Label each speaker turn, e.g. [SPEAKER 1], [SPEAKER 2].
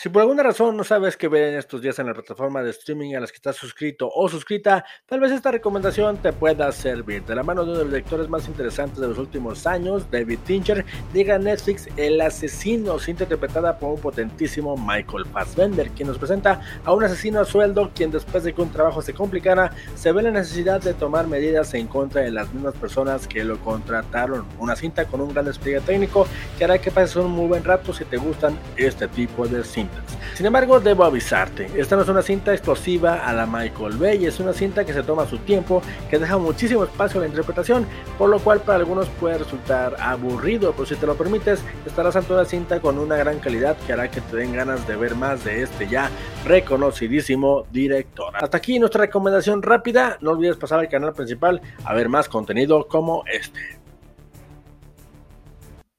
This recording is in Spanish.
[SPEAKER 1] Si por alguna razón no sabes qué ver en estos días en la plataforma de streaming a las que estás suscrito o suscrita, tal vez esta recomendación te pueda servir. De la mano de uno de los directores más interesantes de los últimos años, David Fincher, llega a Netflix El Asesino, cinta interpretada por un potentísimo Michael Fassbender, quien nos presenta a un asesino a sueldo quien, después de que un trabajo se complicara, se ve la necesidad de tomar medidas en contra de las mismas personas que lo contrataron. Una cinta con un gran despliegue técnico que hará que pases un muy buen rato si te gustan este tipo de cintas. Sin embargo, debo avisarte, esta no es una cinta explosiva a la Michael Bay, es una cinta que se toma su tiempo, que deja muchísimo espacio a la interpretación, por lo cual para algunos puede resultar aburrido, pero si te lo permites, estarás ante una cinta con una gran calidad que hará que te den ganas de ver más de este ya reconocidísimo director. Hasta aquí nuestra recomendación rápida, no olvides pasar al canal principal a ver más contenido como este.